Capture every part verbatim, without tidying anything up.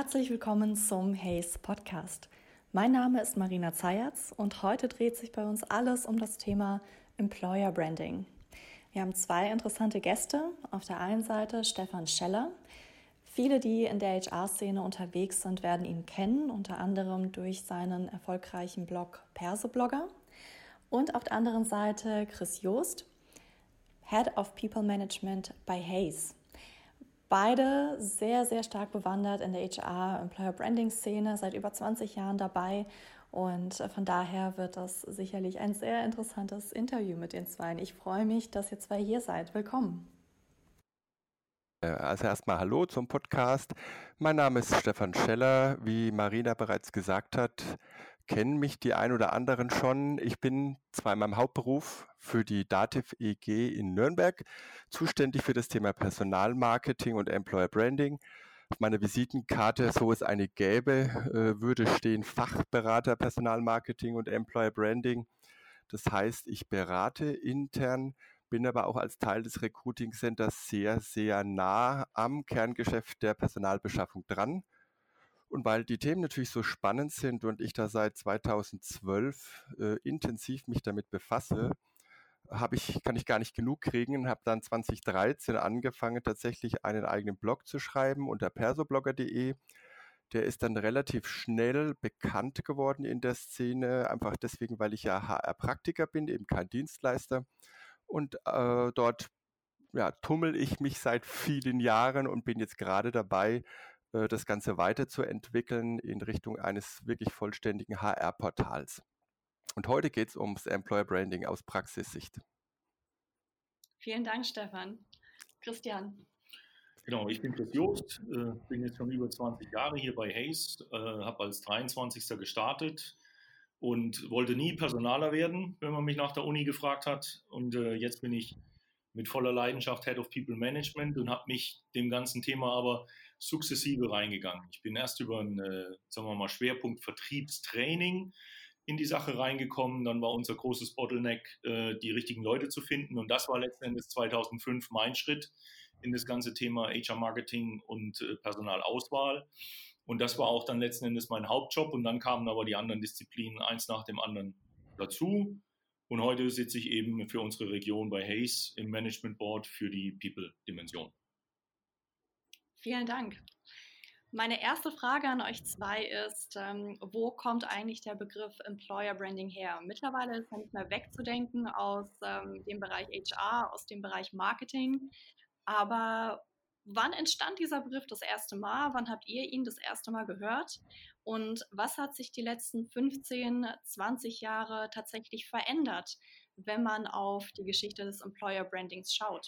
Herzlich willkommen zum Hays Podcast. Mein Name ist Marina Zayatz und heute dreht sich bei uns alles um das Thema Employer Branding. Wir haben zwei interessante Gäste. Auf der einen Seite Stefan Scheller. Viele, die in der H R-Szene unterwegs sind, werden ihn kennen, unter anderem durch seinen erfolgreichen Blog Persoblogger. Und auf der anderen Seite Chris Joost, Head of People Management bei Hays. Beide sehr, sehr stark bewandert in der H R Employer Branding Szene, seit über zwanzig Jahren dabei. Und von daher wird das sicherlich ein sehr interessantes Interview mit den Zweien. Ich freue mich, dass ihr zwei hier seid. Willkommen. Also erstmal Hallo zum Podcast. Mein Name ist Stefan Scheller. Wie Marina bereits gesagt hat, kennen mich die ein oder anderen schon. Ich bin zwar in meinem Hauptberuf für die Dativ E G in Nürnberg zuständig für das Thema Personalmarketing und Employer Branding. Auf meiner Visitenkarte, so es eine gäbe, würde stehen Fachberater Personalmarketing und Employer Branding. Das heißt, ich berate intern, bin aber auch als Teil des Recruiting Centers sehr, sehr nah am Kerngeschäft der Personalbeschaffung dran. Und weil die Themen natürlich so spannend sind und ich da seit zweitausendzwölf äh, intensiv mich damit befasse, habe ich, kann ich gar nicht genug kriegen und habe dann zweitausenddreizehn angefangen, tatsächlich einen eigenen Blog zu schreiben unter persoblogger punkt de. Der ist dann relativ schnell bekannt geworden in der Szene, einfach deswegen, weil ich ja H R-Praktiker bin, eben kein Dienstleister. Und äh, dort ja, tummel ich mich seit vielen Jahren und bin jetzt gerade dabei, äh, das Ganze weiterzuentwickeln in Richtung eines wirklich vollständigen H R-Portals. Und heute geht es ums Employer Branding aus Praxissicht. Vielen Dank, Stefan. Christian. Genau, ich bin Chris Joost, äh, bin jetzt schon über zwanzig Jahre hier bei Hays, äh, habe als dreiundzwanzigster gestartet und wollte nie Personaler werden, wenn man mich nach der Uni gefragt hat. Und äh, jetzt bin ich mit voller Leidenschaft Head of People Management und habe mich dem ganzen Thema aber sukzessive reingegangen. Ich bin erst über einen, äh, sagen wir mal, Schwerpunkt Vertriebstraining in die Sache reingekommen. Dann war unser großes Bottleneck, äh, die richtigen Leute zu finden. Und das war letzten Endes zweitausendfünf mein Schritt in das ganze Thema H R-Marketing und äh, Personalauswahl. Und das war auch dann letzten Endes mein Hauptjob. Und dann kamen aber die anderen Disziplinen eins nach dem anderen dazu. Und heute sitze ich eben für unsere Region bei Hays im Management Board für die People-Dimension. Vielen Dank. Meine erste Frage an euch zwei ist, ähm, wo kommt eigentlich der Begriff Employer Branding her? Mittlerweile ist er nicht mehr wegzudenken aus ähm, dem Bereich H R, aus dem Bereich Marketing. Aber wann entstand dieser Begriff das erste Mal? Wann habt ihr ihn das erste Mal gehört? Und was hat sich die letzten fünfzehn, zwanzig Jahre tatsächlich verändert, wenn man auf die Geschichte des Employer Brandings schaut?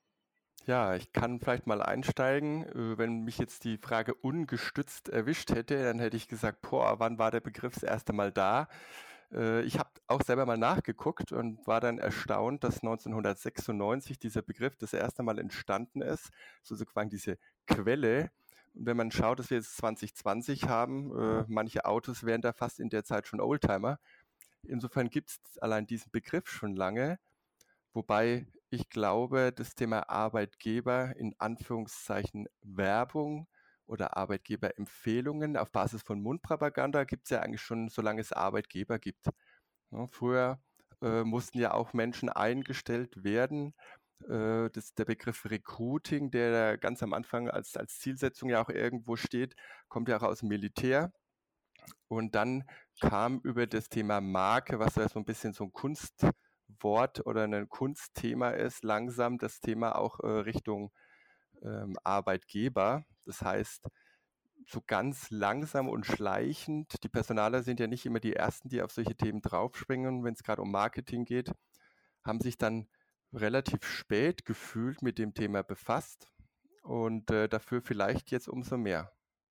Ja, ich kann vielleicht mal einsteigen. Wenn mich jetzt die Frage ungestützt erwischt hätte, dann hätte ich gesagt, boah, wann war der Begriff das erste Mal da? Ich habe auch selber mal nachgeguckt und war dann erstaunt, dass neunzehnhundertsechsundneunzig dieser Begriff das erste Mal entstanden ist, sozusagen diese Quelle. Und wenn man schaut, dass wir jetzt zwanzig zwanzig haben, äh, manche Autos wären da fast in der Zeit schon Oldtimer. Insofern gibt es allein diesen Begriff schon lange, wobei ich glaube, das Thema Arbeitgeber in Anführungszeichen Werbung oder Arbeitgeberempfehlungen auf Basis von Mundpropaganda gibt es ja eigentlich schon, solange es Arbeitgeber gibt. Ja, früher äh, mussten ja auch Menschen eingestellt werden. Äh, das, der Begriff Recruiting, der ganz am Anfang als, als Zielsetzung ja auch irgendwo steht, kommt ja auch aus dem Militär. Und dann kam über das Thema Marke, was ja so ein bisschen so ein Kunstwort oder ein Kunstthema ist, langsam das Thema auch äh, Richtung ähm, Arbeitgeber. Das heißt, so ganz langsam und schleichend, die Personaler sind ja nicht immer die Ersten, die auf solche Themen draufspringen, wenn es gerade um Marketing geht, haben sich dann relativ spät gefühlt mit dem Thema befasst und äh, dafür vielleicht jetzt umso mehr.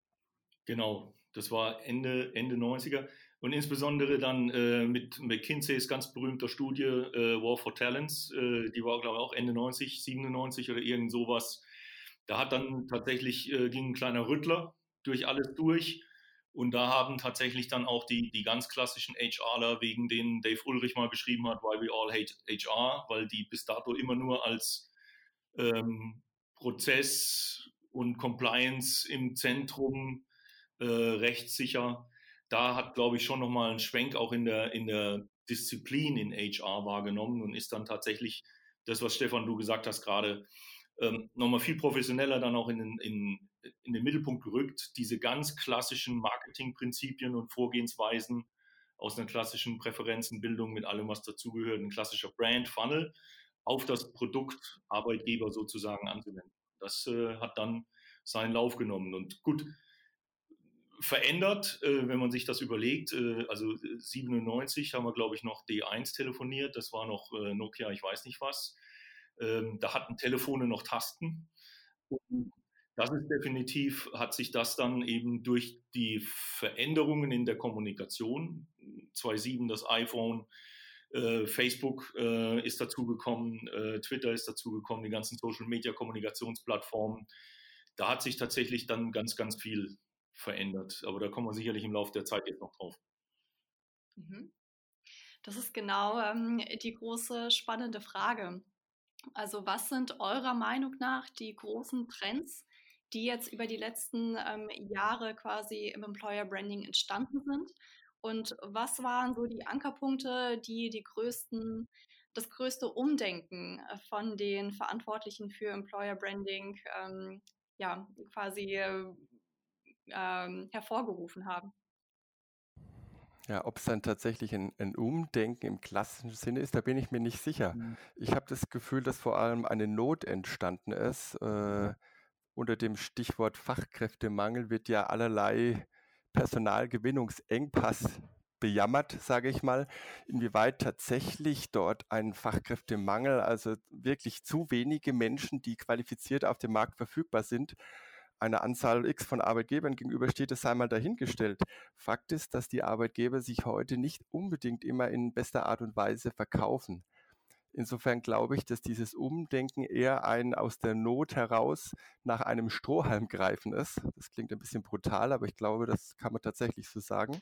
Genau, das war Ende, Ende neunziger und insbesondere dann äh, mit McKinseys ganz berühmter Studie äh, War for Talents, äh, die war glaube ich auch Ende neunzig, siebenundneunzig oder irgend sowas. Da hat dann tatsächlich, äh, ging ein kleiner Rüttler durch alles durch und da haben tatsächlich dann auch die, die ganz klassischen HRler, wegen denen Dave Ulrich mal beschrieben hat, Why We All Hate H R, weil die bis dato immer nur als ähm, Prozess und Compliance im Zentrum äh, rechtssicher. Da hat, glaube ich, schon nochmal einen Schwenk auch in der, in der Disziplin in H R wahrgenommen und ist dann tatsächlich das, was Stefan, du gesagt hast gerade, ähm, nochmal viel professioneller dann auch in den, in, in den Mittelpunkt gerückt. Diese ganz klassischen Marketingprinzipien und Vorgehensweisen aus einer klassischen Präferenzenbildung mit allem, was dazugehört, ein klassischer Brand-Funnel auf das Produkt Arbeitgeber sozusagen anzuwenden. Das äh, hat dann seinen Lauf genommen. Und gut, verändert, äh, wenn man sich das überlegt. Äh, also siebenundneunzig haben wir, glaube ich, noch D eins telefoniert. Das war noch äh, Nokia, ich weiß nicht was. Ähm, da hatten Telefone noch Tasten. Und das ist definitiv, hat sich das dann eben durch die Veränderungen in der Kommunikation, zwei Komma sieben das iPhone, äh, Facebook äh, ist dazugekommen, äh, Twitter ist dazugekommen, die ganzen Social-Media-Kommunikationsplattformen. Da hat sich tatsächlich dann ganz, ganz viel verändert. Aber da kommen wir sicherlich im Laufe der Zeit jetzt noch drauf. Mhm. Das ist genau ähm, die große spannende Frage. Also was sind eurer Meinung nach die großen Trends, die jetzt über die letzten ähm, Jahre quasi im Employer Branding entstanden sind? Und was waren so die Ankerpunkte, die die größten, das größte Umdenken von den Verantwortlichen für Employer Branding ähm, ja, quasi äh, ähm, hervorgerufen haben? Ja, ob es dann tatsächlich ein, ein Umdenken im klassischen Sinne ist, da bin ich mir nicht sicher. Mhm. Ich habe das Gefühl, dass vor allem eine Not entstanden ist. Äh, unter dem Stichwort Fachkräftemangel wird ja allerlei Personalgewinnungsengpass bejammert, sage ich mal. Inwieweit tatsächlich dort ein Fachkräftemangel, also wirklich zu wenige Menschen, die qualifiziert auf dem Markt verfügbar sind, einer Anzahl X von Arbeitgebern gegenübersteht, das sei mal dahingestellt. Fakt ist, dass die Arbeitgeber sich heute nicht unbedingt immer in bester Art und Weise verkaufen. Insofern glaube ich, dass dieses Umdenken eher ein aus der Not heraus nach einem Strohhalm greifen ist. Das klingt ein bisschen brutal, aber ich glaube, das kann man tatsächlich so sagen.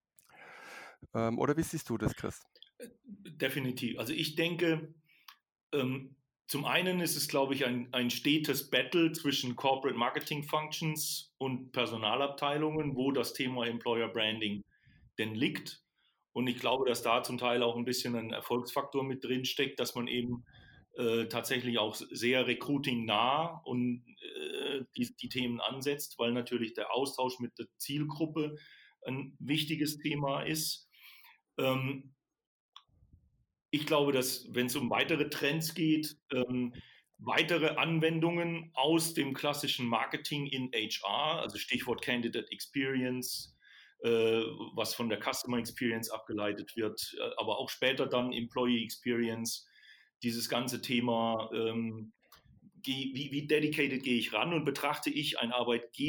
Ähm, oder wie siehst du das, Chris? Definitiv. Also ich denke, ähm, zum einen ist es, glaube ich, ein, ein stetes Battle zwischen Corporate Marketing Functions und Personalabteilungen, wo das Thema Employer Branding denn liegt. Und ich glaube, dass da zum Teil auch ein bisschen ein Erfolgsfaktor mit drin steckt, dass man eben äh, tatsächlich auch sehr recruiting-nah und äh, die, die Themen ansetzt, weil natürlich der Austausch mit der Zielgruppe ein wichtiges Thema ist. Ähm, ich glaube, dass, wenn es um weitere Trends geht, ähm, weitere Anwendungen aus dem klassischen Marketing in H R, also Stichwort Candidate Experience, äh, was von der Customer Experience abgeleitet wird, äh, aber auch später dann Employee Experience, dieses ganze Thema, ähm, wie, wie dedicated gehe ich ran und betrachte ich ein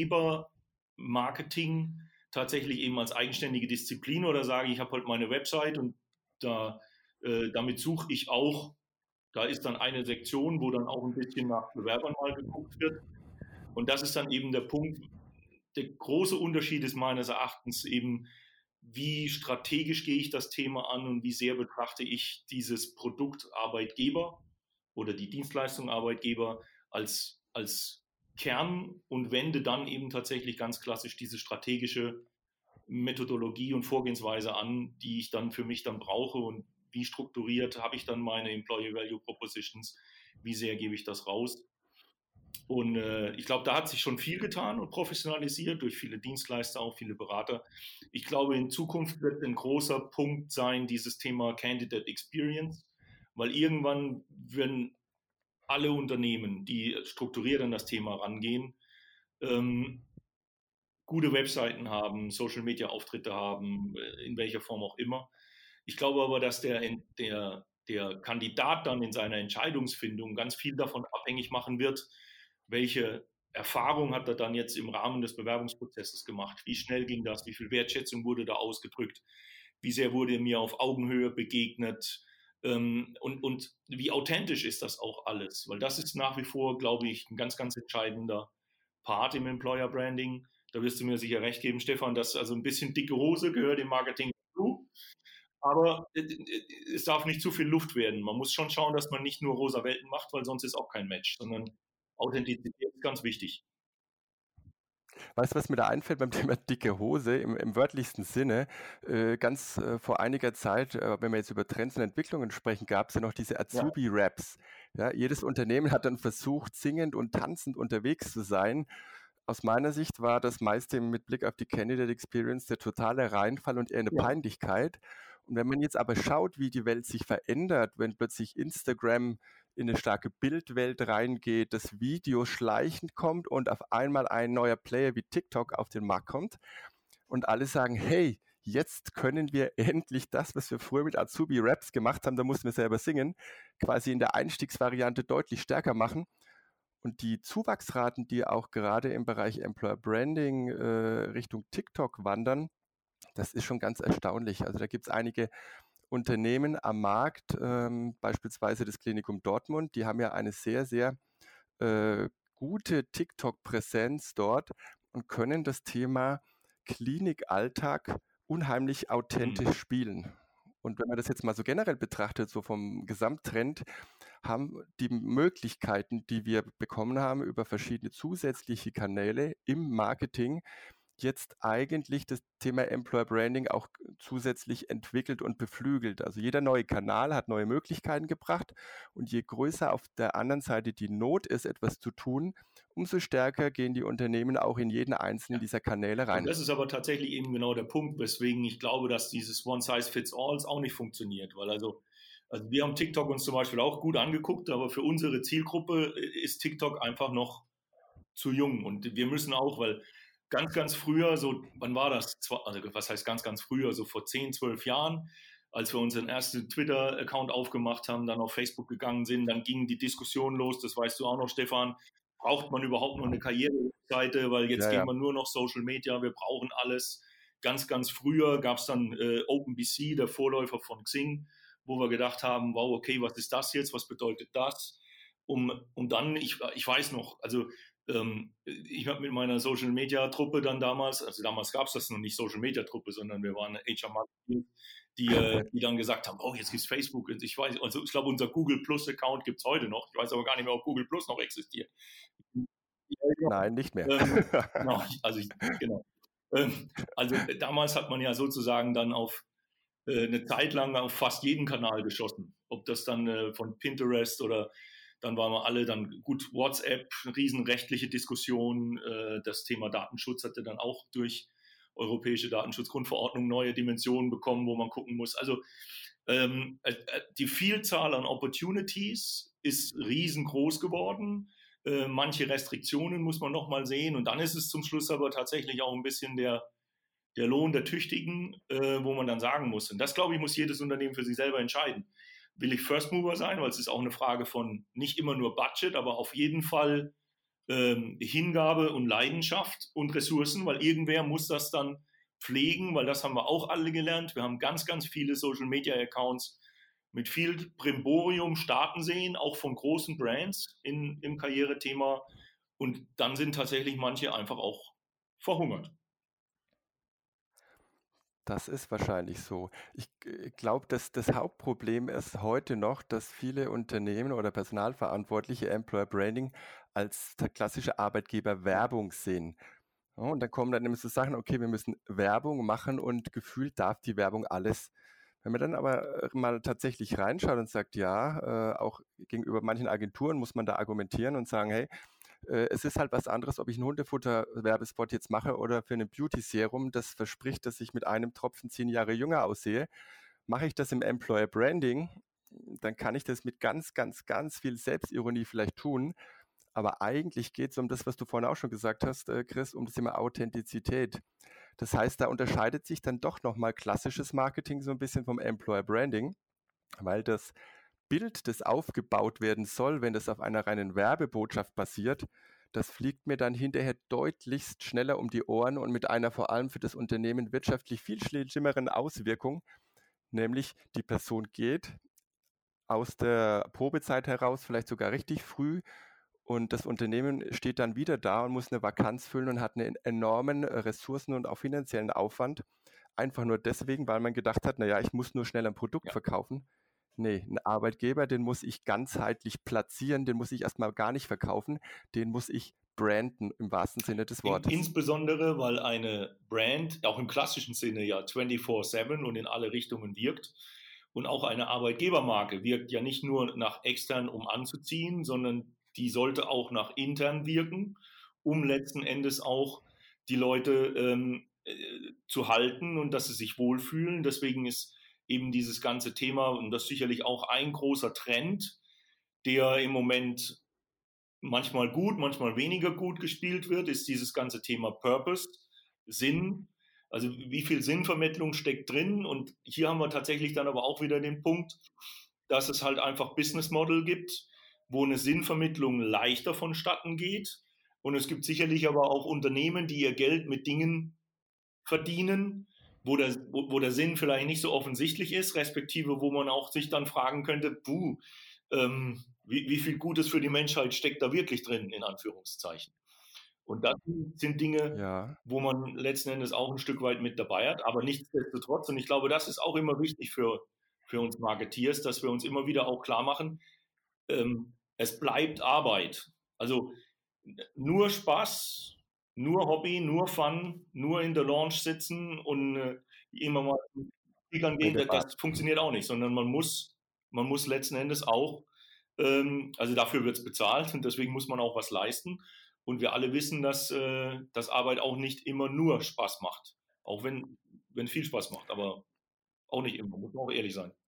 Arbeitgeber-Marketing tatsächlich eben als eigenständige Disziplin oder sage ich, ich habe halt meine Website und da äh, damit suche ich auch, da ist dann eine Sektion, wo dann auch ein bisschen nach Bewerbern mal geguckt wird. Und das ist dann eben der Punkt. Der große Unterschied ist meines Erachtens eben, wie strategisch gehe ich das Thema an und wie sehr betrachte ich dieses Produkt Arbeitgeber oder die Dienstleistung Arbeitgeber als, als Kern und wende dann eben tatsächlich ganz klassisch diese strategische Methodologie und Vorgehensweise an, die ich dann für mich dann brauche und wie strukturiert habe ich dann meine Employee Value Propositions, wie sehr gebe ich das raus. Und äh, ich glaube, da hat sich schon viel getan und professionalisiert durch viele Dienstleister, auch viele Berater. Ich glaube, in Zukunft wird ein großer Punkt sein, dieses Thema Candidate Experience, weil irgendwann werden alle Unternehmen, die strukturiert an das Thema rangehen, ähm, gute Webseiten haben, Social-Media-Auftritte haben, in welcher Form auch immer. Ich glaube aber, dass der, der, der Kandidat dann in seiner Entscheidungsfindung ganz viel davon abhängig machen wird, welche Erfahrung hat er dann jetzt im Rahmen des Bewerbungsprozesses gemacht? Wie schnell ging das? Wie viel Wertschätzung wurde da ausgedrückt? Wie sehr wurde mir auf Augenhöhe begegnet? Ähm, und, und wie authentisch ist das auch alles? Weil das ist nach wie vor, glaube ich, ein ganz, ganz entscheidender Part im Employer Branding. Da wirst du mir sicher recht geben, Stefan, dass also ein bisschen dicke Hose gehört im Marketing dazu. Aber es darf nicht zu viel Luft werden. Man muss schon schauen, dass man nicht nur rosa Welten macht, weil sonst ist auch kein Match, sondern Authentizität ist ganz wichtig. Weißt du, was mir da einfällt beim Thema dicke Hose im, im wörtlichsten Sinne? Äh, ganz äh, vor einiger Zeit, äh, wenn wir jetzt über Trends und Entwicklungen sprechen, gab es ja noch diese Ja, Azubi-Raps. Ja, jedes Unternehmen hat dann versucht, singend und tanzend unterwegs zu sein. Aus meiner Sicht war das meiste mit Blick auf die Candidate Experience der totale Reinfall und eher eine ja, Peinlichkeit. Und wenn man jetzt aber schaut, wie die Welt sich verändert, wenn plötzlich Instagram in eine starke Bildwelt reingeht, das Video schleichend kommt und auf einmal ein neuer Player wie TikTok auf den Markt kommt und alle sagen, hey, jetzt können wir endlich das, was wir früher mit Azubi-Raps gemacht haben, da mussten wir selber singen, quasi in der Einstiegsvariante deutlich stärker machen. Und die Zuwachsraten, die auch gerade im Bereich Employer Branding äh, Richtung TikTok wandern, das ist schon ganz erstaunlich. Also da gibt es einige Unternehmen am Markt, ähm, beispielsweise das Klinikum Dortmund, die haben ja eine sehr, sehr äh, gute TikTok-Präsenz dort und können das Thema Klinikalltag unheimlich hm, authentisch spielen. Und wenn man das jetzt mal so generell betrachtet, so vom Gesamttrend, haben die Möglichkeiten, die wir bekommen haben über verschiedene zusätzliche Kanäle im Marketing, jetzt eigentlich das Thema Employer Branding auch zusätzlich entwickelt und beflügelt. Also jeder neue Kanal hat neue Möglichkeiten gebracht und je größer auf der anderen Seite die Not ist, etwas zu tun, umso stärker gehen die Unternehmen auch in jeden einzelnen ja. dieser Kanäle Und rein. das ist aber tatsächlich eben genau der Punkt, weswegen ich glaube, dass dieses One Size Fits All auch nicht funktioniert. Weil also, also wir haben TikTok uns zum Beispiel auch gut angeguckt, aber für unsere Zielgruppe ist TikTok einfach noch zu jung. Und wir müssen auch, weil ganz, ganz früher, so, wann war das? Also was heißt ganz, ganz früher, so vor zehn, zwölf Jahren, als wir unseren ersten Twitter-Account aufgemacht haben, dann auf Facebook gegangen sind, dann ging die Diskussion los, das weißt du auch noch, Stefan, braucht man überhaupt noch eine Karriereseite, weil jetzt Ja, geht ja. man nur noch Social Media, wir brauchen alles. Ganz, ganz früher gab es dann äh, OpenBC, der Vorläufer von Xing, wo wir gedacht haben, wow, okay, was ist das jetzt, was bedeutet das? Um, um dann, ich, ich weiß noch, also ähm, ich habe mit meiner Social Media Truppe dann damals, also damals gab es das noch nicht Social Media Truppe, sondern wir waren eine H R Marketing, die, äh, die dann gesagt haben, oh, jetzt gibt es Facebook. Und ich weiß, also ich glaube, unser Google Plus Account gibt es heute noch. Ich weiß aber gar nicht mehr, ob Google Plus noch existiert. Nein, nicht mehr. Ähm, genau, also ich, genau. Ähm, also damals hat man ja sozusagen dann auf äh, eine Zeit lang auf fast jeden Kanal geschossen. Ob das dann äh, von Pinterest oder dann waren wir alle dann gut WhatsApp, riesenrechtliche Diskussion. Äh, das Thema Datenschutz hatte dann auch durch europäische Datenschutzgrundverordnung neue Dimensionen bekommen, wo man gucken muss. Also ähm, äh, die Vielzahl an Opportunities ist riesengroß geworden. Äh, manche Restriktionen muss man nochmal sehen. Und dann ist es zum Schluss aber tatsächlich auch ein bisschen der, der Lohn der Tüchtigen, äh, wo man dann sagen muss. Und das, glaube ich, muss jedes Unternehmen für sich selber entscheiden. Will ich First Mover sein, weil es ist auch eine Frage von nicht immer nur Budget, aber auf jeden Fall ähm, Hingabe und Leidenschaft und Ressourcen, weil irgendwer muss das dann pflegen, weil das haben wir auch alle gelernt. Wir haben ganz, ganz viele Social Media Accounts mit viel Brimborium starten sehen, auch von großen Brands in, im Karrierethema. Und dann sind tatsächlich manche einfach auch verhungert. Das ist wahrscheinlich so. Ich äh, glaube, dass das Hauptproblem ist heute noch, dass viele Unternehmen oder Personalverantwortliche Employer Branding als der klassische Arbeitgeber Werbung sehen. Ja, und dann kommen dann immer so Sachen, okay, wir müssen Werbung machen und gefühlt darf die Werbung alles. Wenn man dann aber äh, mal tatsächlich reinschaut und sagt, ja, äh, auch gegenüber manchen Agenturen muss man da argumentieren und sagen, hey, äh, es ist halt was anderes, ob ich einen Hundefutter-Werbespot jetzt mache oder für ein Beauty-Serum, das verspricht, dass ich mit einem Tropfen zehn Jahre jünger aussehe. Mache ich das im Employer Branding, dann kann ich das mit ganz, ganz, ganz viel Selbstironie vielleicht tun. Aber eigentlich geht es um das, was du vorhin auch schon gesagt hast, äh, Chris, um das Thema Authentizität. Das heißt, da unterscheidet sich dann doch nochmal klassisches Marketing so ein bisschen vom Employer Branding, weil das Bild, das aufgebaut werden soll, wenn das auf einer reinen Werbebotschaft basiert, das fliegt mir dann hinterher deutlichst schneller um die Ohren und mit einer vor allem für das Unternehmen wirtschaftlich viel schlimmeren Auswirkung, nämlich die Person geht aus der Probezeit heraus, vielleicht sogar richtig früh, und das Unternehmen steht dann wieder da und muss eine Vakanz füllen und hat einen enormen Ressourcen- und auch finanziellen Aufwand. Einfach nur deswegen, weil man gedacht hat, naja, ich muss nur schnell ein Produkt Ja. verkaufen. Nee, ein Arbeitgeber, den muss ich ganzheitlich platzieren, den muss ich erstmal gar nicht verkaufen, den muss ich branden im wahrsten Sinne des Wortes. In, insbesondere, weil eine Brand auch im klassischen Sinne ja vierundzwanzig sieben und in alle Richtungen wirkt. Und auch eine Arbeitgebermarke wirkt ja nicht nur nach extern, um anzuziehen, sondern die sollte auch nach intern wirken, um letzten Endes auch die Leute ähm, äh, zu halten und dass sie sich wohlfühlen. Deswegen ist eben dieses ganze Thema, und das ist sicherlich auch ein großer Trend, der im Moment manchmal gut, manchmal weniger gut gespielt wird, ist dieses ganze Thema Purpose, Sinn. Also wie viel Sinnvermittlung steckt drin? Und hier haben wir tatsächlich dann aber auch wieder den Punkt, dass es halt einfach Business Model gibt, wo eine Sinnvermittlung leichter vonstatten geht. Und es gibt sicherlich aber auch Unternehmen, die ihr Geld mit Dingen verdienen, wo der, wo, wo der Sinn vielleicht nicht so offensichtlich ist, respektive wo man auch sich dann fragen könnte, puh, ähm, wie, wie viel Gutes für die Menschheit steckt da wirklich drin, in Anführungszeichen. Und das sind Dinge, Ja. wo man letzten Endes auch ein Stück weit mit dabei hat, aber nichtsdestotrotz, und ich glaube, das ist auch immer wichtig für, für uns Marketeers, dass wir uns immer wieder auch klar machen, ähm, es bleibt Arbeit. Also nur Spaß, nur Hobby, nur Fun, nur in der Lounge sitzen und äh, immer mal Speakern gehen, das, das funktioniert auch nicht, sondern man muss, man muss letzten Endes auch, ähm, also dafür wird es bezahlt und deswegen muss man auch was leisten. Und wir alle wissen, dass, äh, dass Arbeit auch nicht immer nur Spaß macht. Auch wenn, wenn viel Spaß macht, aber auch nicht immer, muss man auch ehrlich sein.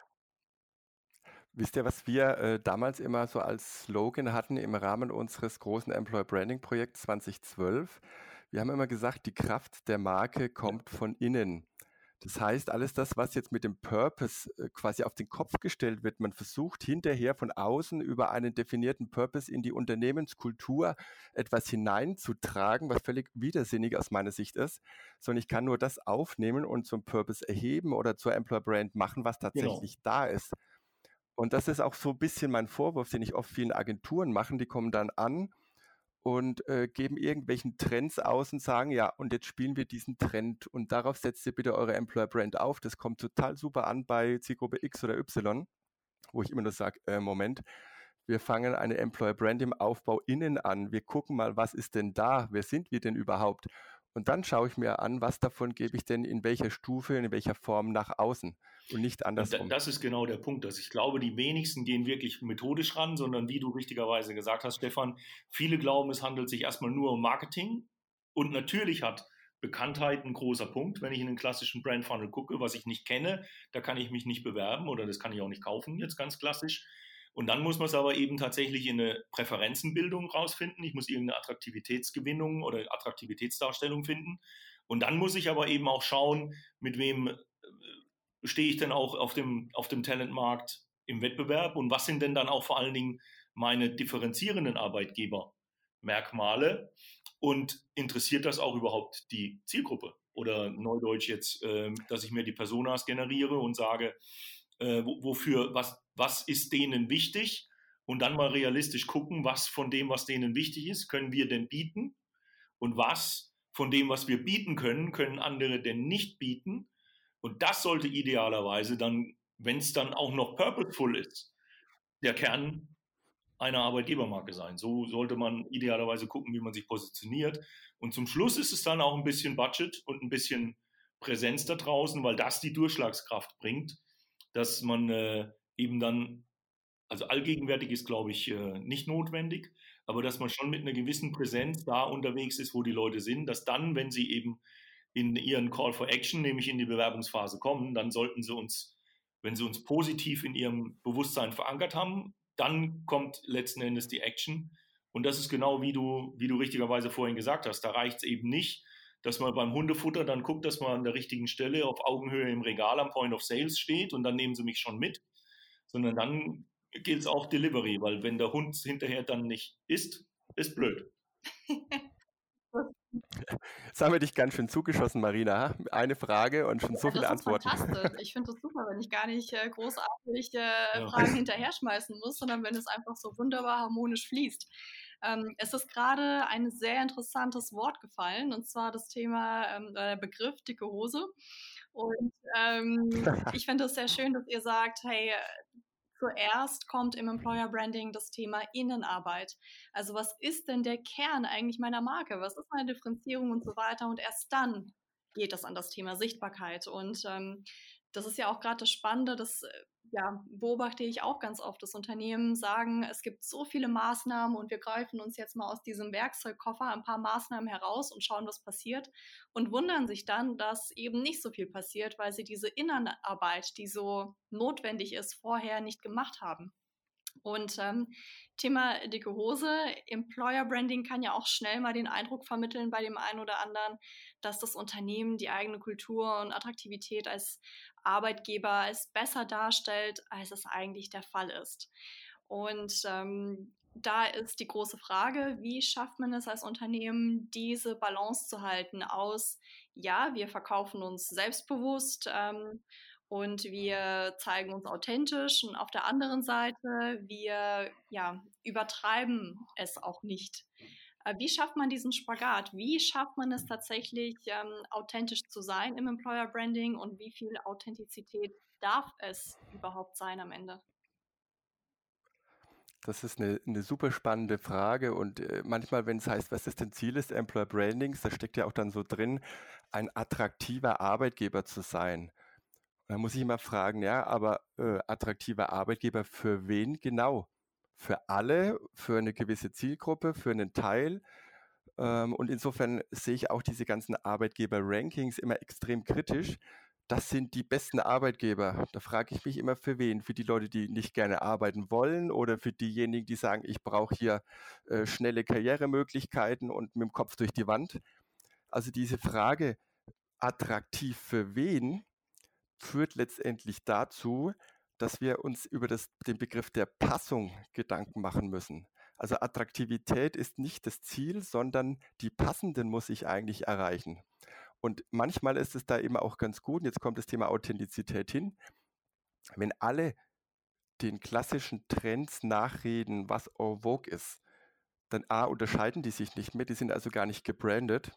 Wisst ihr, was wir äh, damals immer so als Slogan hatten im Rahmen unseres großen Employer Branding Projekts zwanzig zwölf? Wir haben immer gesagt, die Kraft der Marke kommt von innen. Das heißt, alles das, was jetzt mit dem Purpose äh, quasi auf den Kopf gestellt wird, man versucht hinterher von außen über einen definierten Purpose in die Unternehmenskultur etwas hineinzutragen, was völlig widersinnig aus meiner Sicht ist, sondern ich kann nur das aufnehmen und zum Purpose erheben oder zur Employer Brand machen, was tatsächlich Genau. da ist. Und das ist auch so ein bisschen mein Vorwurf, den ich oft vielen Agenturen mache. Die kommen dann an und äh, geben irgendwelchen Trends aus und sagen, ja, und jetzt spielen wir diesen Trend und darauf setzt ihr bitte eure Employer Brand auf. Das kommt total super an bei Zielgruppe X oder Y, wo ich immer nur sage, äh, Moment, wir fangen eine Employer Brand im Aufbau innen an. Wir gucken mal, was ist denn da? Wer sind wir denn überhaupt? Und dann schaue ich mir an, was davon gebe ich denn in welcher Stufe, in welcher Form nach außen und nicht andersrum. Das ist genau der Punkt, dass ich glaube, die wenigsten gehen wirklich methodisch ran, sondern wie du richtigerweise gesagt hast, Stefan, viele glauben, es handelt sich erstmal nur um Marketing und natürlich hat Bekanntheit ein großer Punkt. Wenn ich in den klassischen Brand Funnel gucke, was ich nicht kenne, da kann ich mich nicht bewerben oder das kann ich auch nicht kaufen, jetzt ganz klassisch. Und dann muss man es aber eben tatsächlich in eine Präferenzenbildung rausfinden. Ich muss irgendeine Attraktivitätsgewinnung oder Attraktivitätsdarstellung finden. Und dann muss ich aber eben auch schauen, mit wem stehe ich denn auch auf dem, auf dem Talentmarkt im Wettbewerb und was sind denn dann auch vor allen Dingen meine differenzierenden Arbeitgebermerkmale und interessiert das auch überhaupt die Zielgruppe? Oder neudeutsch jetzt, äh, dass ich mir die Personas generiere und sage, äh, wofür, was, was ist denen wichtig und dann mal realistisch gucken, was von dem, was denen wichtig ist, können wir denn bieten und was von dem, was wir bieten können, können andere denn nicht bieten. Und das sollte idealerweise dann, wenn es dann auch noch purposeful ist, der Kern einer Arbeitgebermarke sein. So sollte man idealerweise gucken, wie man sich positioniert. Und zum Schluss ist es dann auch ein bisschen Budget und ein bisschen Präsenz da draußen, weil das die Durchschlagskraft bringt, dass man äh, eben dann, also allgegenwärtig ist, glaube ich, äh, nicht notwendig, aber dass man schon mit einer gewissen Präsenz da unterwegs ist, wo die Leute sind, dass dann, wenn sie eben in ihren Call for Action, nämlich in die Bewerbungsphase kommen, dann sollten sie uns, wenn sie uns positiv in ihrem Bewusstsein verankert haben, dann kommt letzten Endes die Action. Und das ist genau wie du, wie du richtigerweise vorhin gesagt hast. Da reicht es eben nicht, dass man beim Hundefutter dann guckt, dass man an der richtigen Stelle auf Augenhöhe im Regal am Point of Sales steht und dann nehmen sie mich schon mit, sondern dann gilt es auch Delivery, weil wenn der Hund hinterher dann nicht isst, ist blöd. Jetzt haben wir dich ganz schön zugeschossen, Marina. Eine Frage und schon so ja, viele Antworten. Das ist fantastisch. Ich finde das super, wenn ich gar nicht äh, großartig äh, ja. Fragen hinterher schmeißen muss, sondern wenn es einfach so wunderbar harmonisch fließt. Ähm, es ist gerade ein sehr interessantes Wort gefallen, und zwar das Thema, ähm, der Begriff dicke Hose. Und ähm, ich finde es sehr schön, dass ihr sagt, hey, zuerst kommt im Employer Branding das Thema Innenarbeit. Also was ist denn der Kern eigentlich meiner Marke? Was ist meine Differenzierung und so weiter? Und erst dann geht es an das Thema Sichtbarkeit. Und ähm, das ist ja auch gerade das Spannende, das ja, beobachte ich auch ganz oft, dass Unternehmen sagen, es gibt so viele Maßnahmen und wir greifen uns jetzt mal aus diesem Werkzeugkoffer ein paar Maßnahmen heraus und schauen, was passiert und wundern sich dann, dass eben nicht so viel passiert, weil sie diese Innenarbeit, die so notwendig ist, vorher nicht gemacht haben. Und ähm, Thema dicke Hose, Employer Branding kann ja auch schnell mal den Eindruck vermitteln bei dem einen oder anderen, dass das Unternehmen die eigene Kultur und Attraktivität als Arbeitgeber als besser darstellt, als es eigentlich der Fall ist. Und ähm, da ist die große Frage, wie schafft man es als Unternehmen, diese Balance zu halten aus, ja, wir verkaufen uns selbstbewusst, ähm, und wir zeigen uns authentisch und auf der anderen Seite, wir ja, übertreiben es auch nicht. Wie schafft man diesen Spagat? Wie schafft man es tatsächlich, ähm, authentisch zu sein im Employer Branding und wie viel Authentizität darf es überhaupt sein am Ende? Das ist eine, eine super spannende Frage und äh, manchmal, wenn es heißt, was ist denn Ziel des Employer Brandings, da steckt ja auch dann so drin, ein attraktiver Arbeitgeber zu sein. Da muss ich immer fragen, ja, aber äh, attraktiver Arbeitgeber für wen genau? Für alle, für eine gewisse Zielgruppe, für einen Teil? Ähm, und insofern sehe ich auch diese ganzen Arbeitgeber-Rankings immer extrem kritisch. Das sind die besten Arbeitgeber. Da frage ich mich immer, für wen? Für die Leute, die nicht gerne arbeiten wollen oder für diejenigen, die sagen, ich brauche hier äh, schnelle Karrieremöglichkeiten und mit dem Kopf durch die Wand. Also diese Frage, attraktiv für wen, führt letztendlich dazu, dass wir uns über das, den Begriff der Passung Gedanken machen müssen. Also Attraktivität ist nicht das Ziel, sondern die Passenden muss ich eigentlich erreichen. Und manchmal ist es da eben auch ganz gut, und jetzt kommt das Thema Authentizität hin, wenn alle den klassischen Trends nachreden, was en vogue ist, dann A, unterscheiden die sich nicht mehr, die sind also gar nicht gebrandet.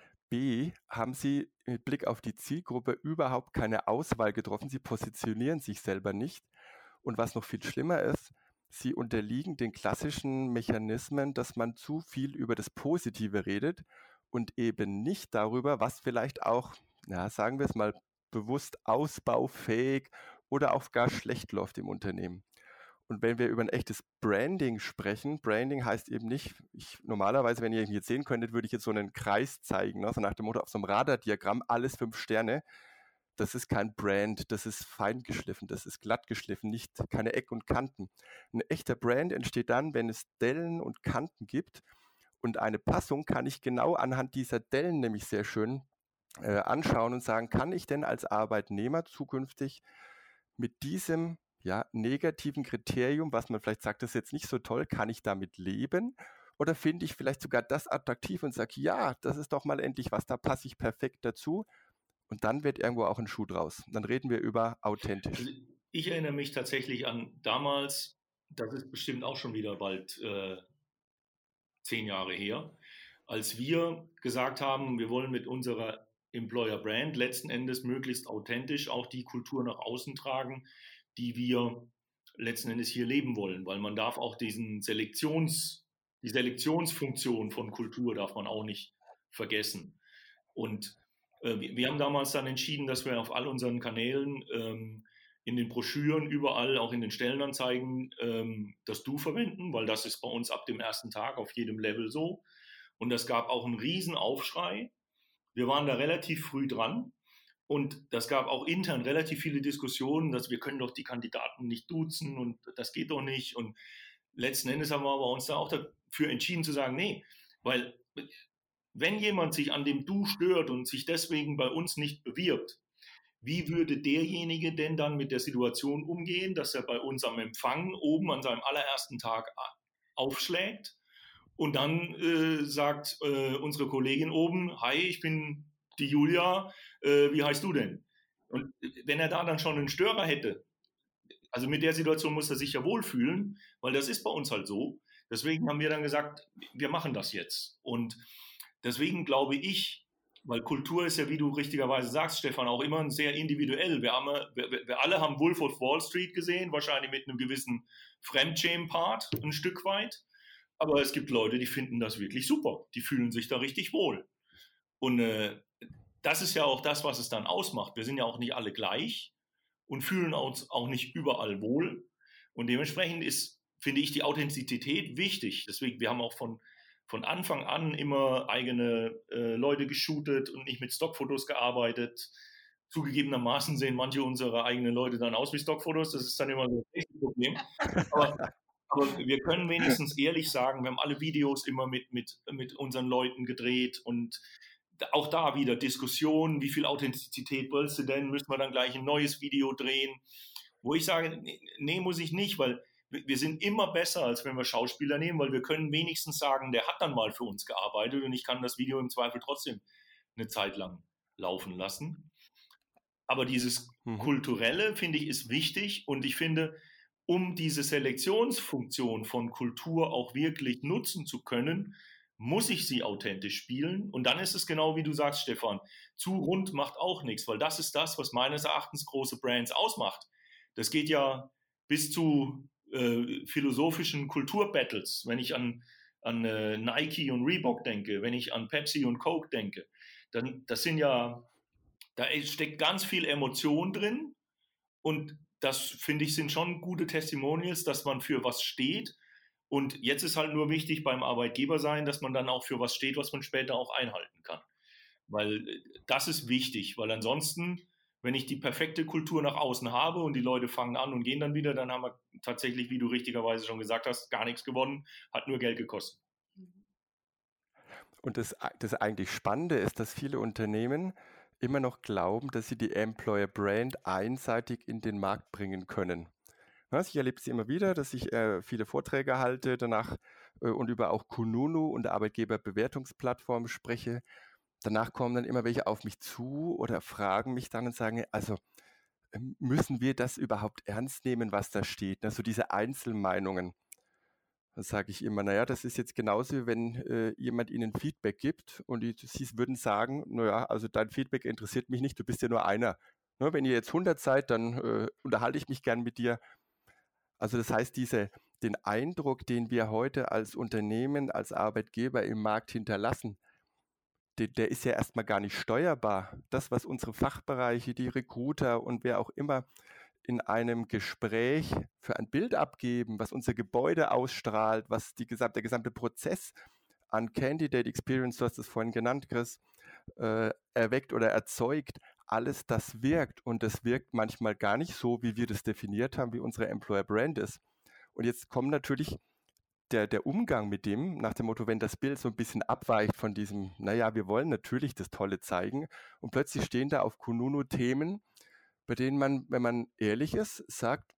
B, haben sie mit Blick auf die Zielgruppe überhaupt keine Auswahl getroffen. Sie positionieren sich selber nicht. Und was noch viel schlimmer ist, sie unterliegen den klassischen Mechanismen, dass man zu viel über das Positive redet und eben nicht darüber, was vielleicht auch, ja, sagen wir es mal, bewusst ausbaufähig oder auch gar schlecht läuft im Unternehmen. Und wenn wir über ein echtes Branding sprechen, Branding heißt eben nicht, ich, normalerweise, wenn ihr ihn jetzt sehen könntet, würde ich jetzt so einen Kreis zeigen, ne? So nach dem Motto auf so einem Radardiagramm, alles fünf Sterne. Das ist kein Brand, das ist fein geschliffen, das ist glatt geschliffen, nicht keine Eck und Kanten. Ein echter Brand entsteht dann, wenn es Dellen und Kanten gibt. Und eine Passung kann ich genau anhand dieser Dellen nämlich sehr schön äh, anschauen und sagen, kann ich denn als Arbeitnehmer zukünftig mit diesem ja, negativen Kriterium, was man vielleicht sagt, das ist jetzt nicht so toll, kann ich damit leben? Oder finde ich vielleicht sogar das attraktiv und sage, ja, das ist doch mal endlich was, da passe ich perfekt dazu. Und dann wird irgendwo auch ein Schuh draus. Dann reden wir über authentisch. Also ich erinnere mich tatsächlich an damals, das ist bestimmt auch schon wieder bald äh, zehn Jahre her, als wir gesagt haben, wir wollen mit unserer Employer Brand letzten Endes möglichst authentisch auch die Kultur nach außen tragen, die wir letzten Endes hier leben wollen, weil man darf auch diesen Selektions, die Selektionsfunktion von Kultur darf man auch nicht vergessen. Und äh, wir haben damals dann entschieden, dass wir auf all unseren Kanälen, ähm, in den Broschüren, überall, auch in den Stellenanzeigen, ähm, das Du verwenden, weil das ist bei uns ab dem ersten Tag auf jedem Level so. Und das gab auch einen riesen Aufschrei. Wir waren da relativ früh dran. Und das gab auch intern relativ viele Diskussionen, dass wir können doch die Kandidaten nicht duzen und das geht doch nicht. Und letzten Endes haben wir aber uns da auch dafür entschieden zu sagen, nee, weil wenn jemand sich an dem Du stört und sich deswegen bei uns nicht bewirbt, wie würde derjenige denn dann mit der Situation umgehen, dass er bei uns am Empfang oben an seinem allerersten Tag aufschlägt und dann äh, sagt äh, unsere Kollegin oben, hi, ich bin die Julia, äh, wie heißt du denn? Und wenn er da dann schon einen Störer hätte, also mit der Situation muss er sich ja wohlfühlen, weil das ist bei uns halt so. Deswegen haben wir dann gesagt, wir machen das jetzt. Und deswegen glaube ich, weil Kultur ist ja, wie du richtigerweise sagst, Stefan, auch immer sehr individuell. Wir, haben, wir, wir alle haben Wolf of Wall Street gesehen, wahrscheinlich mit einem gewissen Fremdschämen-Part ein Stück weit. Aber es gibt Leute, die finden das wirklich super. Die fühlen sich da richtig wohl. Und äh, das ist ja auch das, was es dann ausmacht. Wir sind ja auch nicht alle gleich und fühlen uns auch nicht überall wohl. Und dementsprechend ist, finde ich, die Authentizität wichtig. Deswegen, wir haben auch von, von Anfang an immer eigene äh, Leute geshootet und nicht mit Stockfotos gearbeitet. Zugegebenermaßen sehen manche unserer eigenen Leute dann aus wie Stockfotos. Das ist dann immer so ein Problem. Aber, aber wir können wenigstens ehrlich sagen, wir haben alle Videos immer mit, mit, mit unseren Leuten gedreht und auch da wieder Diskussionen, wie viel Authentizität willst du denn? Müssen wir dann gleich ein neues Video drehen? Wo ich sage, nee, muss ich nicht, weil wir sind immer besser, als wenn wir Schauspieler nehmen, weil wir können wenigstens sagen, der hat dann mal für uns gearbeitet und ich kann das Video im Zweifel trotzdem eine Zeit lang laufen lassen. Aber dieses mhm. Kulturelle, finde ich, ist wichtig und ich finde, um diese Selektionsfunktion von Kultur auch wirklich nutzen zu können, muss ich sie authentisch spielen. Und dann ist es genau wie du sagst, Stefan, zu rund macht auch nichts, weil das ist das, was meines Erachtens große Brands ausmacht. Das geht ja bis zu äh, philosophischen Kulturbattles, wenn ich an, an äh, Nike und Reebok denke, wenn ich an Pepsi und Coke denke. Dann, das sind ja, da steckt ganz viel Emotion drin und das, finde ich, sind schon gute Testimonials, dass man für was steht. Und jetzt ist halt nur wichtig beim Arbeitgeber sein, dass man dann auch für was steht, was man später auch einhalten kann. Weil das ist wichtig, weil ansonsten, wenn ich die perfekte Kultur nach außen habe und die Leute fangen an und gehen dann wieder, dann haben wir tatsächlich, wie du richtigerweise schon gesagt hast, gar nichts gewonnen, hat nur Geld gekostet. Und das, das eigentlich Spannende ist, dass viele Unternehmen immer noch glauben, dass sie die Employer Brand einseitig in den Markt bringen können. Ich erlebe es immer wieder, dass ich äh, viele Vorträge halte danach äh, und über auch Kununu und Arbeitgeberbewertungsplattformen spreche. Danach kommen dann immer welche auf mich zu oder fragen mich dann und sagen, also müssen wir das überhaupt ernst nehmen, was da steht? Also diese Einzelmeinungen. Dann sage ich immer, naja, das ist jetzt genauso, wie wenn äh, jemand Ihnen Feedback gibt und die, Sie würden sagen, naja, also dein Feedback interessiert mich nicht, du bist ja nur einer. Ne, wenn ihr jetzt hundert seid, dann äh, unterhalte ich mich gern mit dir. Also das heißt, diese, den Eindruck, den wir heute als Unternehmen, als Arbeitgeber im Markt hinterlassen, der, der ist ja erstmal gar nicht steuerbar. Das, was unsere Fachbereiche, die Recruiter und wer auch immer in einem Gespräch für ein Bild abgeben, was unser Gebäude ausstrahlt, was die gesamte, der gesamte Prozess an Candidate Experience, du hast es vorhin genannt, Chris, äh, erweckt oder erzeugt, alles das wirkt und das wirkt manchmal gar nicht so, wie wir das definiert haben, wie unsere Employer Brand ist. Und jetzt kommt natürlich der, der Umgang mit dem, nach dem Motto, wenn das Bild so ein bisschen abweicht von diesem, naja, wir wollen natürlich das Tolle zeigen und plötzlich stehen da auf Kununu Themen, bei denen man, wenn man ehrlich ist, sagt,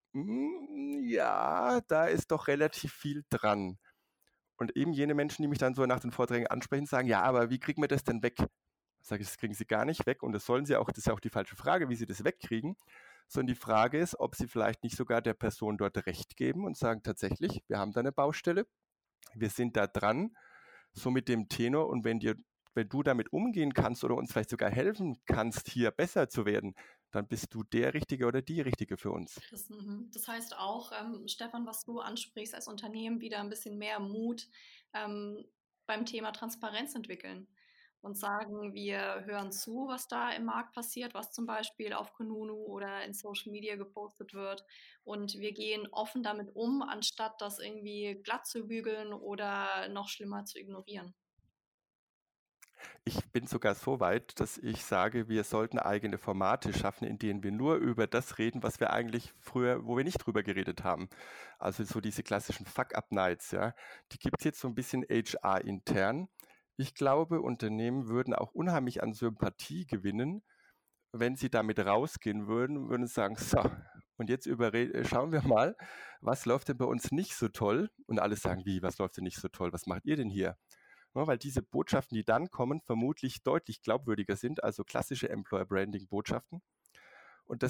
ja, da ist doch relativ viel dran. Und eben jene Menschen, die mich dann so nach den Vorträgen ansprechen, sagen, ja, aber wie kriegen wir das denn weg? Sage ich, das kriegen sie gar nicht weg und das sollen sie auch, das ist ja auch die falsche Frage, wie sie das wegkriegen, sondern die Frage ist, ob sie vielleicht nicht sogar der Person dort Recht geben und sagen, tatsächlich, wir haben da eine Baustelle, wir sind da dran, so mit dem Tenor und wenn dir, wenn du damit umgehen kannst oder uns vielleicht sogar helfen kannst, hier besser zu werden, dann bist du der Richtige oder die Richtige für uns. Das, das heißt auch, ähm, Stefan, was du ansprichst als Unternehmen, wieder ein bisschen mehr Mut ähm, beim Thema Transparenz entwickeln. Und sagen, wir hören zu, was da im Markt passiert, was zum Beispiel auf Kununu oder in Social Media gepostet wird. Und wir gehen offen damit um, anstatt das irgendwie glatt zu bügeln oder noch schlimmer zu ignorieren. Ich bin sogar so weit, dass ich sage, wir sollten eigene Formate schaffen, in denen wir nur über das reden, was wir eigentlich früher, wo wir nicht drüber geredet haben. Also so diese klassischen Fuck-Up-Nights, ja, die gibt es jetzt so ein bisschen H R-intern. Ich glaube, Unternehmen würden auch unheimlich an Sympathie gewinnen, wenn sie damit rausgehen würden, würden sagen, so, und jetzt überre- schauen wir mal, was läuft denn bei uns nicht so toll? Und alle sagen, wie, was läuft denn nicht so toll? Was macht ihr denn hier? Ja, weil diese Botschaften, die dann kommen, vermutlich deutlich glaubwürdiger sind, also klassische Employer-Branding-Botschaften. Und das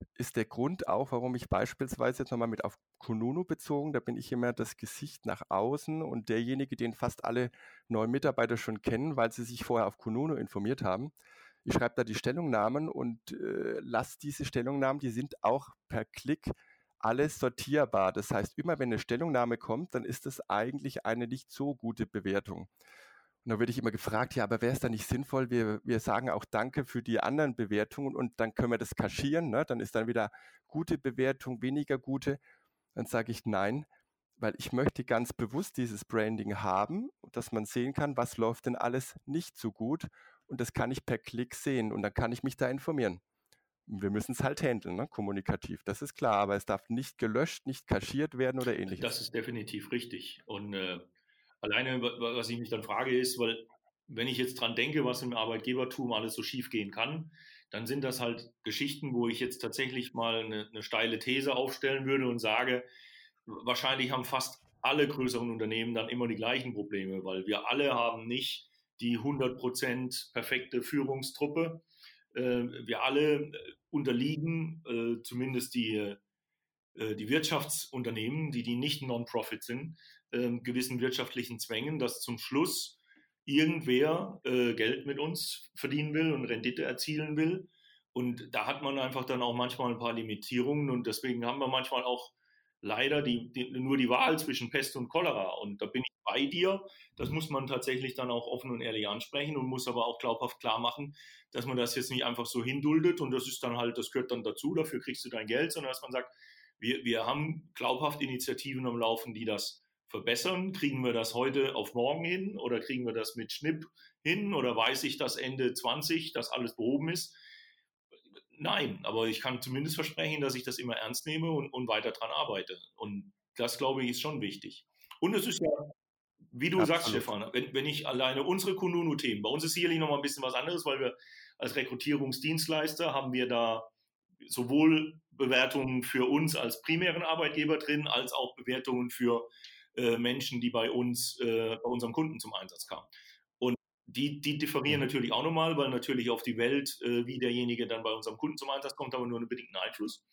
ist der Grund auch, warum ich beispielsweise jetzt nochmal mit auf Kununu bezogen, da bin ich immer das Gesicht nach außen und derjenige, den fast alle neuen Mitarbeiter schon kennen, weil sie sich vorher auf Kununu informiert haben. Ich schreibe da die Stellungnahmen und äh, lasse diese Stellungnahmen, die sind auch per Klick alles sortierbar. Das heißt, immer wenn eine Stellungnahme kommt, dann ist es eigentlich eine nicht so gute Bewertung. Und dann werde ich immer gefragt, ja, aber wäre es da nicht sinnvoll, wir, wir sagen auch Danke für die anderen Bewertungen und dann können wir das kaschieren, ne? Dann ist dann wieder gute Bewertung, weniger gute. Dann sage ich nein, weil ich möchte ganz bewusst dieses Branding haben, dass man sehen kann, was läuft denn alles nicht so gut und das kann ich per Klick sehen und dann kann ich mich da informieren. Wir müssen es halt handeln, ne? Kommunikativ, das ist klar, aber es darf nicht gelöscht, nicht kaschiert werden oder ähnliches. Das ist definitiv richtig und äh alleine, was ich mich dann frage, ist, weil wenn ich jetzt dran denke, was im Arbeitgebertum alles so schief gehen kann, dann sind das halt Geschichten, wo ich jetzt tatsächlich mal eine, eine steile These aufstellen würde und sage, wahrscheinlich haben fast alle größeren Unternehmen dann immer die gleichen Probleme, weil wir alle haben nicht die hundert Prozent perfekte Führungstruppe. Wir alle unterliegen, zumindest die die Wirtschaftsunternehmen, die, die nicht Non-Profit sind, äh, gewissen wirtschaftlichen Zwängen, dass zum Schluss irgendwer äh, Geld mit uns verdienen will und Rendite erzielen will. Und da hat man einfach dann auch manchmal ein paar Limitierungen und deswegen haben wir manchmal auch leider die, die, nur die Wahl zwischen Pest und Cholera. Und da bin ich bei dir. Das muss man tatsächlich dann auch offen und ehrlich ansprechen und muss aber auch glaubhaft klar machen, dass man das jetzt nicht einfach so hinduldet und das ist dann halt, das gehört dann dazu, dafür kriegst du dein Geld, sondern dass man sagt, Wir, wir haben glaubhaft Initiativen am Laufen, die das verbessern. Kriegen wir das heute auf morgen hin oder kriegen wir das mit Schnipp hin oder weiß ich, dass Ende zwanzig das alles behoben ist? Nein, aber ich kann zumindest versprechen, dass ich das immer ernst nehme und, und weiter dran arbeite. Und das, glaube ich, ist schon wichtig. Und es ist ja, wie du Absolut. sagst, Stefan, wenn, wenn ich alleine unsere Kununu-Themen, bei uns ist sicherlich noch mal ein bisschen was anderes, weil wir als Rekrutierungsdienstleister haben wir da sowohl Bewertungen für uns als primären Arbeitgeber drin, als auch Bewertungen für äh, Menschen, die bei uns, äh, bei unserem Kunden zum Einsatz kamen. Und die, die differieren mhm. natürlich auch nochmal, weil natürlich auf die Welt, äh, wie derjenige dann bei unserem Kunden zum Einsatz kommt, haben wir nur einen bedingten Einfluss.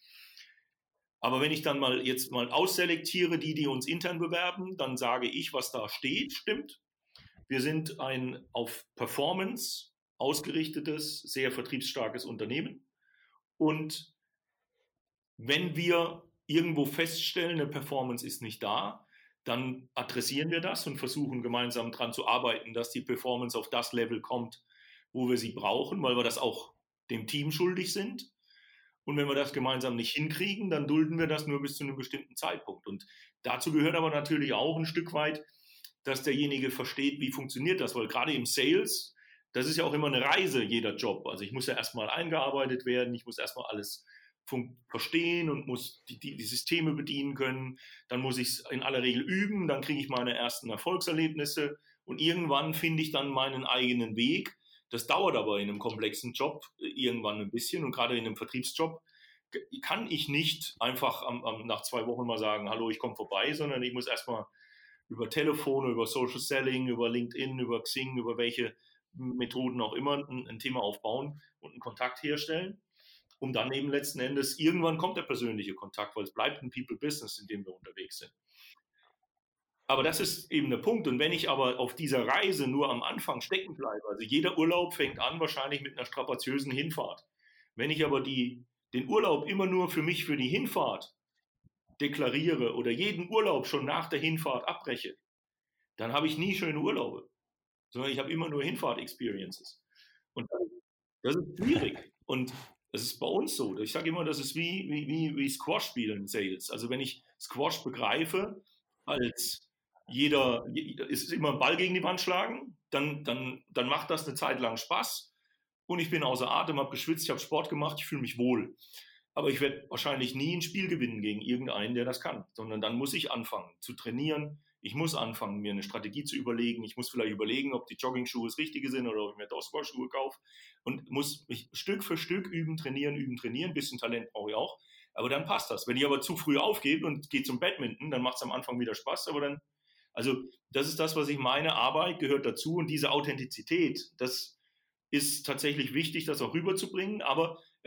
Aber wenn ich dann mal jetzt mal ausselektiere, die, die uns intern bewerben, dann sage ich, was da steht, stimmt. Wir sind ein auf Performance ausgerichtetes, sehr vertriebsstarkes Unternehmen. Und wenn wir irgendwo feststellen, eine Performance ist nicht da, dann adressieren wir das und versuchen gemeinsam daran zu arbeiten, dass die Performance auf das Level kommt, wo wir sie brauchen, weil wir das auch dem Team schuldig sind. Und wenn wir das gemeinsam nicht hinkriegen, dann dulden wir das nur bis zu einem bestimmten Zeitpunkt. Und dazu gehört aber natürlich auch ein Stück weit, dass derjenige versteht, wie funktioniert das, weil gerade im Sales, das ist ja auch immer eine Reise, jeder Job. Also ich muss ja erstmal eingearbeitet werden, ich muss erstmal alles verstehen und muss die, die, die Systeme bedienen können. Dann muss ich es in aller Regel üben, dann kriege ich meine ersten Erfolgserlebnisse und irgendwann finde ich dann meinen eigenen Weg. Das dauert aber in einem komplexen Job irgendwann ein bisschen und gerade in einem Vertriebsjob kann ich nicht einfach am, am, nach zwei Wochen mal sagen, hallo, ich komme vorbei, sondern ich muss erstmal über Telefon, über Social Selling, über LinkedIn, über Xing, über welche Methoden auch immer ein, ein Thema aufbauen und einen Kontakt herstellen, um dann eben letzten Endes, irgendwann kommt der persönliche Kontakt, weil es bleibt ein People-Business, in dem wir unterwegs sind. Aber das ist eben der Punkt. Und wenn ich aber auf dieser Reise nur am Anfang stecken bleibe, also jeder Urlaub fängt an wahrscheinlich mit einer strapaziösen Hinfahrt. Wenn ich aber die, den Urlaub immer nur für mich für die Hinfahrt deklariere oder jeden Urlaub schon nach der Hinfahrt abbreche, dann habe ich nie schöne Urlaube, sondern ich habe immer nur Hinfahrt-Experiences. Und das ist schwierig. Und das ist bei uns so. Ich sage immer, das ist wie, wie, wie, wie Squash spielen in Sales. Also wenn ich Squash begreife, als jeder, es ist immer ein Ball gegen die Wand schlagen, dann, dann, dann macht das eine Zeit lang Spaß und ich bin außer Atem, habe geschwitzt, ich habe Sport gemacht, ich fühle mich wohl. Aber ich werde wahrscheinlich nie ein Spiel gewinnen gegen irgendeinen, der das kann, sondern dann muss ich anfangen zu trainieren. Ich muss anfangen, mir eine Strategie zu überlegen. Ich muss vielleicht überlegen, ob die Jogging-Schuhe das Richtige sind oder ob ich mir Dosquash-Schuhe kaufe und muss mich Stück für Stück üben, trainieren, üben, trainieren. Ein bisschen Talent brauche ich auch, aber dann passt das. Wenn ich aber zu früh aufgebe und gehe zum Badminton, dann macht es am Anfang wieder Spaß, aber dann, also das ist das, was ich meine. Arbeit gehört dazu und diese Authentizität, das ist tatsächlich wichtig, das auch rüberzubringen, aber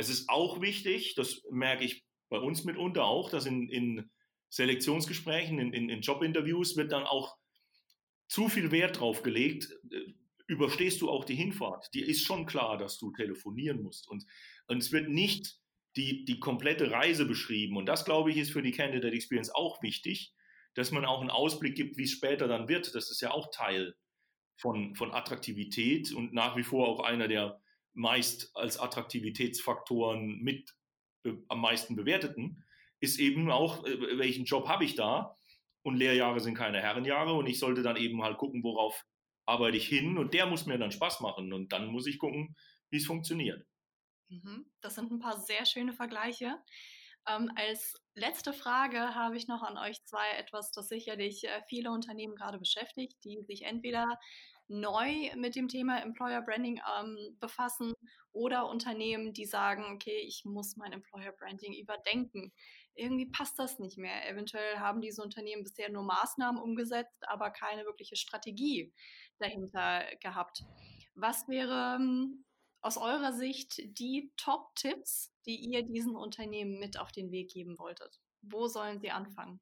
Es ist auch wichtig, das merke ich bei uns mitunter auch, dass in, in Selektionsgesprächen, in, in, in Jobinterviews wird dann auch zu viel Wert drauf gelegt. Überstehst du auch die Hinfahrt? Dir ist schon klar, dass du telefonieren musst. Und, und es wird nicht die, die komplette Reise beschrieben. Und das, glaube ich, ist für die Candidate Experience auch wichtig, dass man auch einen Ausblick gibt, wie es später dann wird. Das ist ja auch Teil von, von Attraktivität und nach wie vor auch einer der meist als Attraktivitätsfaktoren mit äh, am meisten bewerteten, ist eben auch, äh, welchen Job habe ich da? Und Lehrjahre sind keine Herrenjahre und ich sollte dann eben halt gucken, worauf arbeite ich hin und der muss mir dann Spaß machen und dann muss ich gucken, wie es funktioniert. Das sind ein paar sehr schöne Vergleiche. Ähm, als letzte Frage habe ich noch an euch zwei etwas, das sicherlich äh, viele Unternehmen gerade beschäftigt, die sich entweder neu mit dem Thema Employer Branding ähm, befassen oder Unternehmen, die sagen, okay, ich muss mein Employer Branding überdenken. Irgendwie passt das nicht mehr. Eventuell haben diese Unternehmen bisher nur Maßnahmen umgesetzt, aber keine wirkliche Strategie dahinter gehabt. Was wäre aus eurer Sicht die Top-Tipps, die ihr diesen Unternehmen mit auf den Weg geben wolltet? Wo sollen sie anfangen?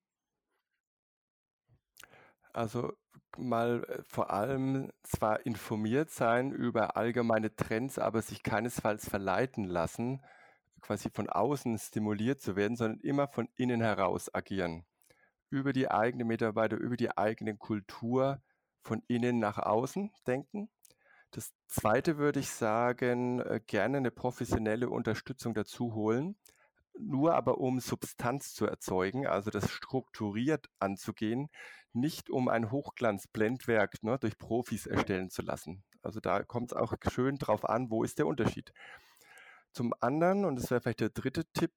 Also mal äh, vor allem zwar informiert sein über allgemeine Trends, aber sich keinesfalls verleiten lassen, quasi von außen stimuliert zu werden, sondern immer von innen heraus agieren. Über die eigenen Mitarbeiter, über die eigene Kultur, von innen nach außen denken. Das Zweite würde ich sagen, äh, gerne eine professionelle Unterstützung dazu holen, nur aber um Substanz zu erzeugen, also das strukturiert anzugehen, nicht um ein Hochglanzblendwerk ne, durch Profis erstellen zu lassen. Also da kommt es auch schön drauf an, wo ist der Unterschied. Zum anderen, und das wäre vielleicht der dritte Tipp,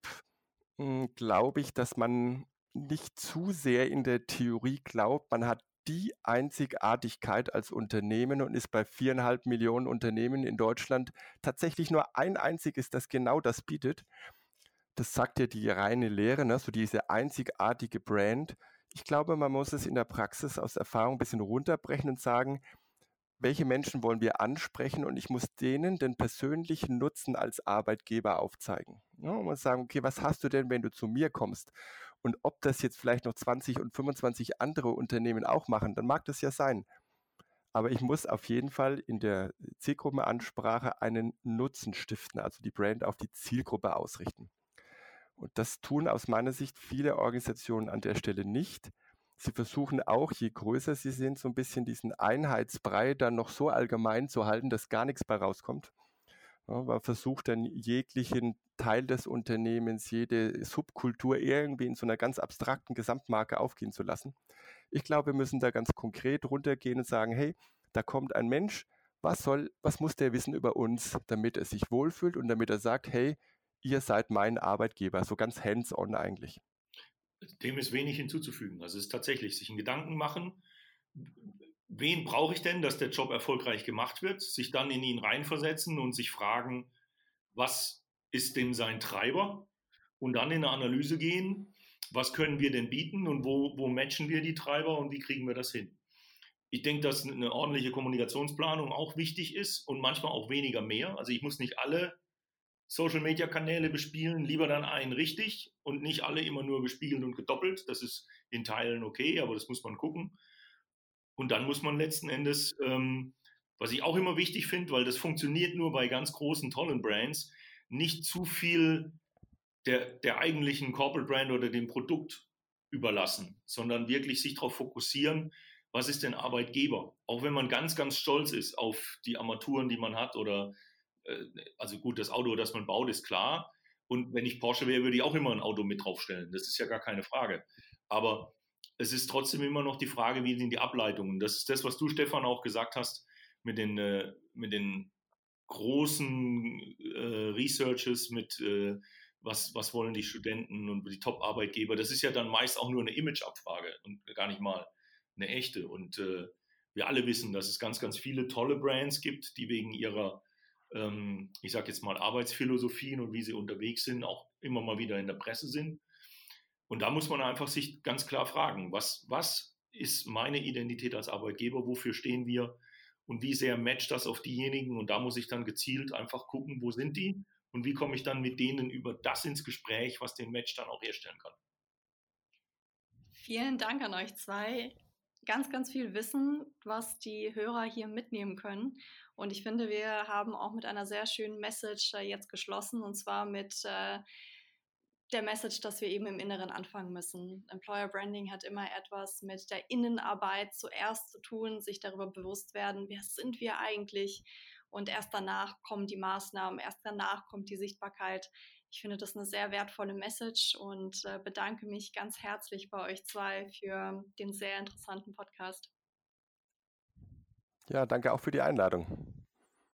glaube ich, dass man nicht zu sehr in der Theorie glaubt, man hat die Einzigartigkeit als Unternehmen und ist bei viereinhalb Millionen Unternehmen in Deutschland tatsächlich nur ein einziges, das genau das bietet. Das sagt ja die reine Lehre, ne? So diese einzigartige Brand. Ich glaube, man muss es in der Praxis aus Erfahrung ein bisschen runterbrechen und sagen, welche Menschen wollen wir ansprechen und ich muss denen den persönlichen Nutzen als Arbeitgeber aufzeigen. Ja, man muss sagen, okay, was hast du denn, wenn du zu mir kommst? Und ob das jetzt vielleicht noch zwanzig und fünfundzwanzig andere Unternehmen auch machen, dann mag das ja sein. Aber ich muss auf jeden Fall in der Zielgruppenansprache einen Nutzen stiften, also die Brand auf die Zielgruppe ausrichten. Und das tun aus meiner Sicht viele Organisationen an der Stelle nicht. Sie versuchen auch, je größer sie sind, so ein bisschen diesen Einheitsbrei dann noch so allgemein zu halten, dass gar nichts bei rauskommt. Ja, man versucht dann jeglichen Teil des Unternehmens, jede Subkultur irgendwie in so einer ganz abstrakten Gesamtmarke aufgehen zu lassen. Ich glaube, wir müssen da ganz konkret runtergehen und sagen, hey, da kommt ein Mensch, was soll, was muss der wissen über uns, damit er sich wohlfühlt und damit er sagt, hey, ihr seid mein Arbeitgeber, so ganz hands-on eigentlich. Dem ist wenig hinzuzufügen. Also es ist tatsächlich sich einen Gedanken machen, wen brauche ich denn, dass der Job erfolgreich gemacht wird, sich dann in ihn reinversetzen und sich fragen, was ist denn sein Treiber und dann in eine Analyse gehen, was können wir denn bieten und wo, wo matchen wir die Treiber und wie kriegen wir das hin. Ich denke, dass eine ordentliche Kommunikationsplanung auch wichtig ist und manchmal auch weniger mehr. Also ich muss nicht alle Social-Media-Kanäle bespielen, lieber dann einen richtig und nicht alle immer nur gespiegelt und gedoppelt. Das ist in Teilen okay, aber das muss man gucken. Und dann muss man letzten Endes, ähm, was ich auch immer wichtig finde, weil das funktioniert nur bei ganz großen, tollen Brands, nicht zu viel der, der eigentlichen Corporate Brand oder dem Produkt überlassen, sondern wirklich sich darauf fokussieren, was ist denn Arbeitgeber? Auch wenn man ganz, ganz stolz ist auf die Armaturen, die man hat oder also gut, das Auto, das man baut, ist klar. Und wenn ich Porsche wäre, würde ich auch immer ein Auto mit draufstellen. Das ist ja gar keine Frage. Aber es ist trotzdem immer noch die Frage, wie sind die Ableitungen. Das ist das, was du, Stefan, auch gesagt hast mit den, äh, mit den großen äh, Researches, mit äh, was, was wollen die Studenten und die Top-Arbeitgeber. Das ist ja dann meist auch nur eine Image-Abfrage und gar nicht mal eine echte. Und äh, wir alle wissen, dass es ganz, ganz viele tolle Brands gibt, die wegen ihrer ich sage jetzt mal Arbeitsphilosophien und wie sie unterwegs sind, auch immer mal wieder in der Presse sind. Und da muss man einfach sich ganz klar fragen, was, was ist meine Identität als Arbeitgeber, wofür stehen wir und wie sehr matcht das auf diejenigen? Und da muss ich dann gezielt einfach gucken, wo sind die und wie komme ich dann mit denen über das ins Gespräch, was den Match dann auch herstellen kann. Vielen Dank an euch zwei. Ganz, ganz viel Wissen, was die Hörer hier mitnehmen können. Und ich finde, wir haben auch mit einer sehr schönen Message äh, jetzt geschlossen, und zwar mit äh, der Message, dass wir eben im Inneren anfangen müssen. Employer Branding hat immer etwas mit der Innenarbeit zuerst zu tun, sich darüber bewusst werden, wer sind wir eigentlich? Und erst danach kommen die Maßnahmen, erst danach kommt die Sichtbarkeit. Ich finde das eine sehr wertvolle Message und äh, bedanke mich ganz herzlich bei euch zwei für den sehr interessanten Podcast. Ja, danke auch für die Einladung.